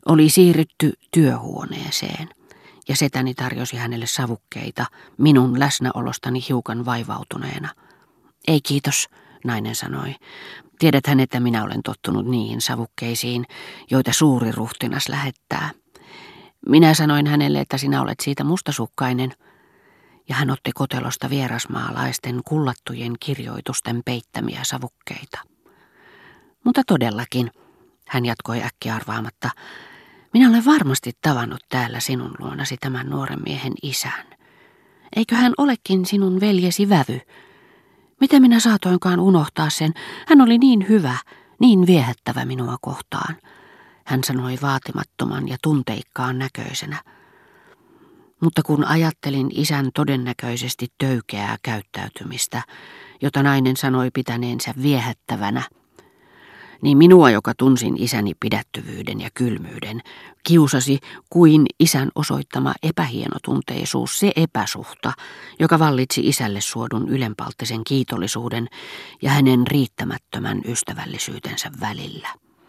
Oli siirrytty työhuoneeseen, ja setäni tarjosi hänelle savukkeita minun läsnäolostani hiukan vaivautuneena. Ei kiitos, nainen sanoi. Tiedäthän, että minä olen tottunut niihin savukkeisiin, joita suuri ruhtinas lähettää. Minä sanoin hänelle, että sinä olet siitä mustasukkainen, ja hän otti kotelosta vierasmaalaisten kullattujen kirjoitusten peittämiä savukkeita. Mutta todellakin, hän jatkoi äkkiä arvaamatta, minä olen varmasti tavannut täällä sinun luonasi tämän nuoren miehen isän. Eikö hän olekin sinun veljesi vävy? Miten minä saatoinkaan unohtaa sen? Hän oli niin hyvä, niin viehättävä minua kohtaan. Hän sanoi vaatimattoman ja tunteikkaan näköisenä. Mutta kun ajattelin isän todennäköisesti töykeää käyttäytymistä, jota nainen sanoi pitäneensä viehättävänä, niin minua, joka tunsin isäni pidättyvyyden ja kylmyyden, kiusasi kuin isän osoittama epähienotunteisuus, se epäsuhta, joka vallitsi isälle suodun ylenpalttisen kiitollisuuden ja hänen riittämättömän ystävällisyytensä välillä.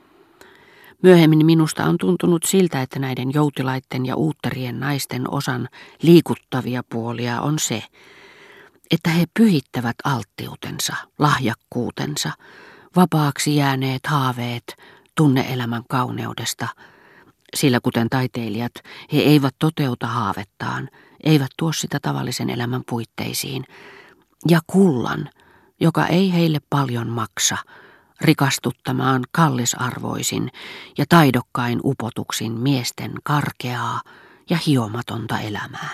Myöhemmin minusta on tuntunut siltä, että näiden joutilaitten ja uutterien naisten osan liikuttavia puolia on se, että he pyhittävät alttiutensa, lahjakkuutensa, vapaaksi jääneet haaveet tunne-elämän kauneudesta, sillä kuten taiteilijat, he eivät toteuta haavettaan, eivät tuo sitä tavallisen elämän puitteisiin, ja kullan, joka ei heille paljon maksa, rikastuttamaan kallisarvoisin ja taidokkain upotuksin miesten karkeaa ja hiomatonta elämää.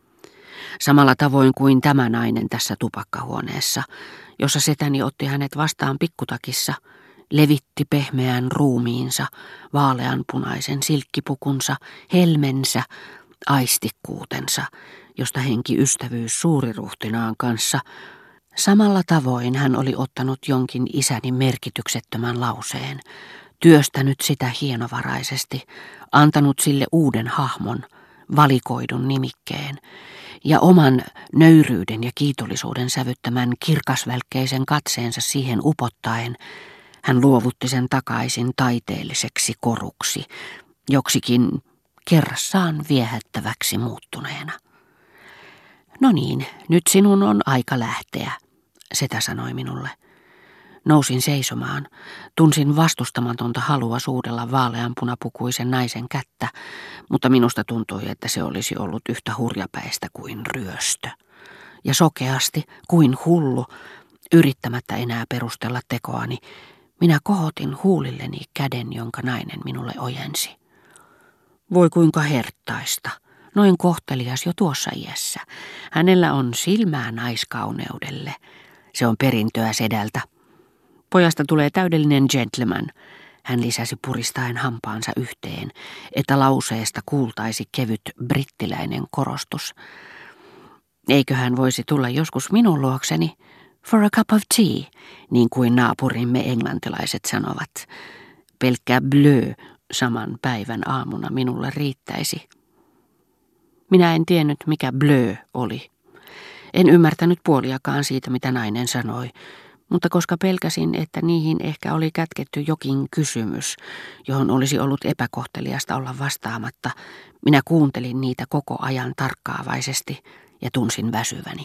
Samalla tavoin kuin tämä nainen tässä tupakkahuoneessa, jossa setäni otti hänet vastaan pikkutakissa, levitti pehmeän ruumiinsa, vaaleanpunaisen silkkipukunsa, helmensä, aistikkuutensa, josta henki ystävyys suuriruhtinaan kanssa. Samalla tavoin hän oli ottanut jonkin isäni merkityksettömän lauseen, työstänyt sitä hienovaraisesti, antanut sille uuden hahmon, valikoidun nimikkeen, ja oman nöyryyden ja kiitollisuuden sävyttämän kirkasvälkkeisen katseensa siihen upottaen, hän luovutti sen takaisin taiteelliseksi koruksi, joksikin kerrassaan viehättäväksi muuttuneena. No niin, nyt sinun on aika lähteä, setä sanoi minulle. Nousin seisomaan, tunsin vastustamatonta halua suudella vaaleanpunapukuisen naisen kättä, mutta minusta tuntui, että se olisi ollut yhtä hurjapäistä kuin ryöstö. Ja sokeasti, kuin hullu, yrittämättä enää perustella tekoani, minä kohotin huulilleni käden, jonka nainen minulle ojensi. Voi kuinka herttaista, noin kohtelias jo tuossa iässä. Hänellä on silmää naiskauneudelle. Se on perintöä sedältä. Pojasta tulee täydellinen gentleman, hän lisäsi puristaen hampaansa yhteen, että lauseesta kuultaisi kevyt brittiläinen korostus. Eikö hän voisi tulla joskus minun luokseni? For a cup of tea, niin kuin naapurimme englantilaiset sanovat. Pelkkä bleu saman päivän aamuna minulle riittäisi. Minä en tiennyt, mikä bleu oli. En ymmärtänyt puoliakaan siitä, mitä nainen sanoi, mutta koska pelkäsin, että niihin ehkä oli kätketty jokin kysymys, johon olisi ollut epäkohteliasta olla vastaamatta, minä kuuntelin niitä koko ajan tarkkaavaisesti ja tunsin väsyväni.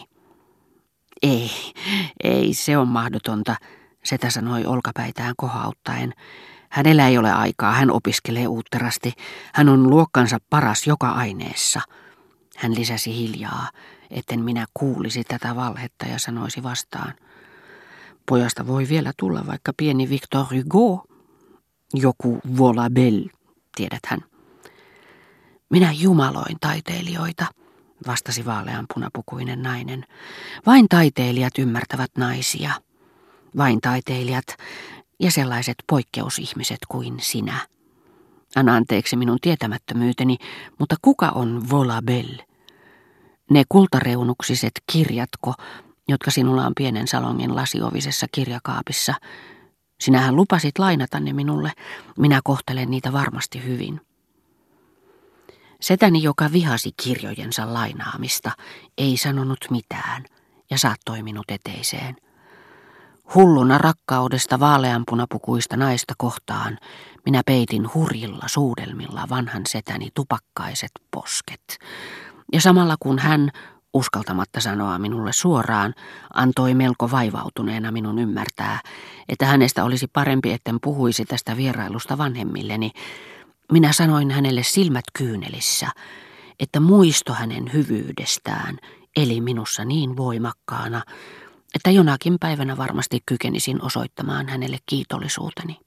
Ei, se on mahdotonta, setä sanoi olkapäitään kohauttaen. Hänellä ei ole aikaa, hän opiskelee uutterasti, hän on luokkansa paras joka aineessa. Hän lisäsi hiljaa, etten minä kuulisi tätä valhetta ja sanoisi vastaan. Pojasta voi vielä tulla vaikka pieni Victor Hugo, joku Voilà Belle, tiedäthän. Minä jumaloin taiteilijoita, vastasi vaaleanpunapukuinen nainen. Vain taiteilijat ymmärtävät naisia. Vain taiteilijat ja sellaiset poikkeusihmiset kuin sinä. Anna anteeksi minun tietämättömyyteni, mutta kuka on Voilà Belle? Ne kultareunuksiset kirjatko, jotka sinulla on pienen salongin lasiovisessa kirjakaapissa. Sinähän lupasit lainata ne minulle, minä kohtelen niitä varmasti hyvin. Setäni, joka vihasi kirjojensa lainaamista, ei sanonut mitään ja saattoi minut eteiseen. Hulluna rakkaudesta vaaleanpunapukuista naista kohtaan minä peitin hurjilla suudelmilla vanhan setäni tupakkaiset posket. Ja samalla kun hän, uskaltamatta sanoa minulle suoraan, antoi melko vaivautuneena minun ymmärtää, että hänestä olisi parempi, etten puhuisi tästä vierailusta vanhemmilleni, minä sanoin hänelle silmät kyynelissä, että muisto hänen hyvyydestään eli minussa niin voimakkaana, että jonakin päivänä varmasti kykenisin osoittamaan hänelle kiitollisuuteni.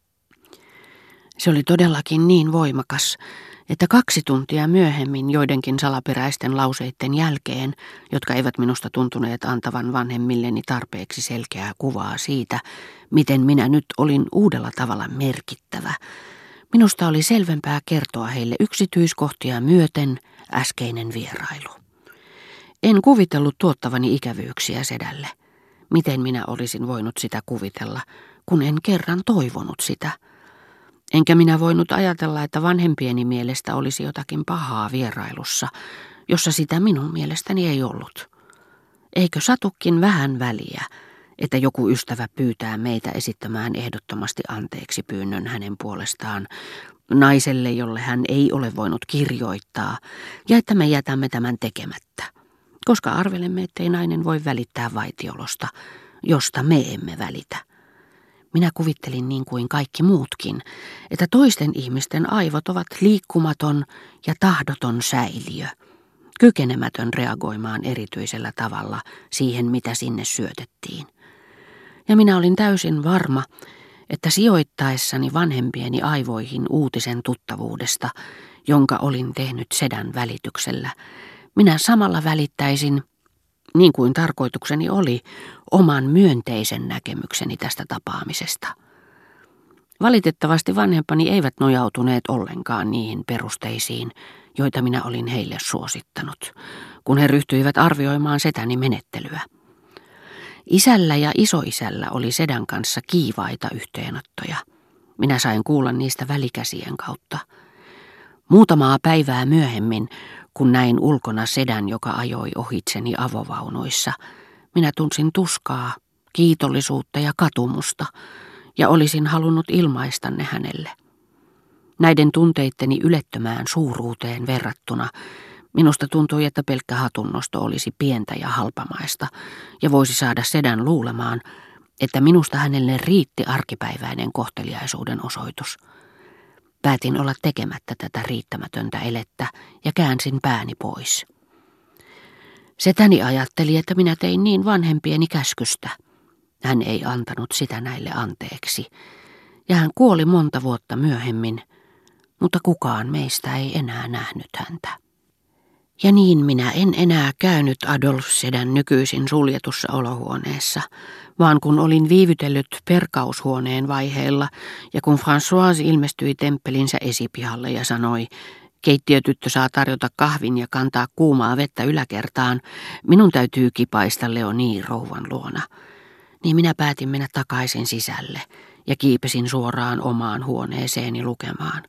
Se oli todellakin niin voimakas, että 2 tuntia myöhemmin joidenkin salaperäisten lauseitten jälkeen, jotka eivät minusta tuntuneet antavan vanhemmilleni tarpeeksi selkeää kuvaa siitä, miten minä nyt olin uudella tavalla merkittävä, minusta oli selvempää kertoa heille yksityiskohtia myöten äskeinen vierailu. En kuvitellut tuottavani ikävyyksiä sedälle. Miten minä olisin voinut sitä kuvitella, kun en kerran toivonut sitä? Enkä minä voinut ajatella, että vanhempieni mielestä olisi jotakin pahaa vierailussa, jossa sitä minun mielestäni ei ollut. Eikö satukin vähän väliä, että joku ystävä pyytää meitä esittämään ehdottomasti anteeksi pyynnön hänen puolestaan, naiselle, jolle hän ei ole voinut kirjoittaa, ja että me jätämme tämän tekemättä, koska arvelemme, ettei nainen voi välittää vaitiolosta, josta me emme välitä. Minä kuvittelin niin kuin kaikki muutkin, että toisten ihmisten aivot ovat liikkumaton ja tahdoton säiliö, kykenemätön reagoimaan erityisellä tavalla siihen, mitä sinne syötettiin. Ja minä olin täysin varma, että sijoittaessani vanhempieni aivoihin uutisen tuttavuudesta, jonka olin tehnyt sedän välityksellä, minä samalla välittäisin, niin kuin tarkoitukseni oli, oman myönteisen näkemykseni tästä tapaamisesta. Valitettavasti vanhempani eivät nojautuneet ollenkaan niihin perusteisiin, joita minä olin heille suosittanut, kun he ryhtyivät arvioimaan setäni menettelyä. Isällä ja isoisällä oli sedän kanssa kiivaita yhteenottoja. Minä sain kuulla niistä välikäsien kautta. Muutamaa päivää myöhemmin, kun näin ulkona sedän, joka ajoi ohitseni avovaunuissa, minä tunsin tuskaa, kiitollisuutta ja katumusta, ja olisin halunnut ilmaista ne hänelle. Näiden tunteitteni ylettömään suuruuteen verrattuna minusta tuntui, että pelkkä hatunnosto olisi pientä ja halpamaista, ja voisi saada sedän luulemaan, että minusta hänelle riitti arkipäiväinen kohteliaisuuden osoitus. Päätin olla tekemättä tätä riittämätöntä elettä ja käänsin pääni pois. Setäni ajatteli, että minä tein niin vanhempieni käskystä. Hän ei antanut sitä näille anteeksi, ja hän kuoli monta vuotta myöhemmin, mutta kukaan meistä ei enää nähnyt häntä. Ja niin minä en enää käynyt Adolf-sedän nykyisin suljetussa olohuoneessa, vaan kun olin viivytellyt perkaushuoneen vaiheilla ja kun Françoise ilmestyi temppelinsä esipihalle ja sanoi, keittiötyttö saa tarjota kahvin ja kantaa kuumaa vettä yläkertaan, minun täytyy kipaista Leonie rouvan luona, niin minä päätin mennä takaisin sisälle ja kiipesin suoraan omaan huoneeseeni lukemaan.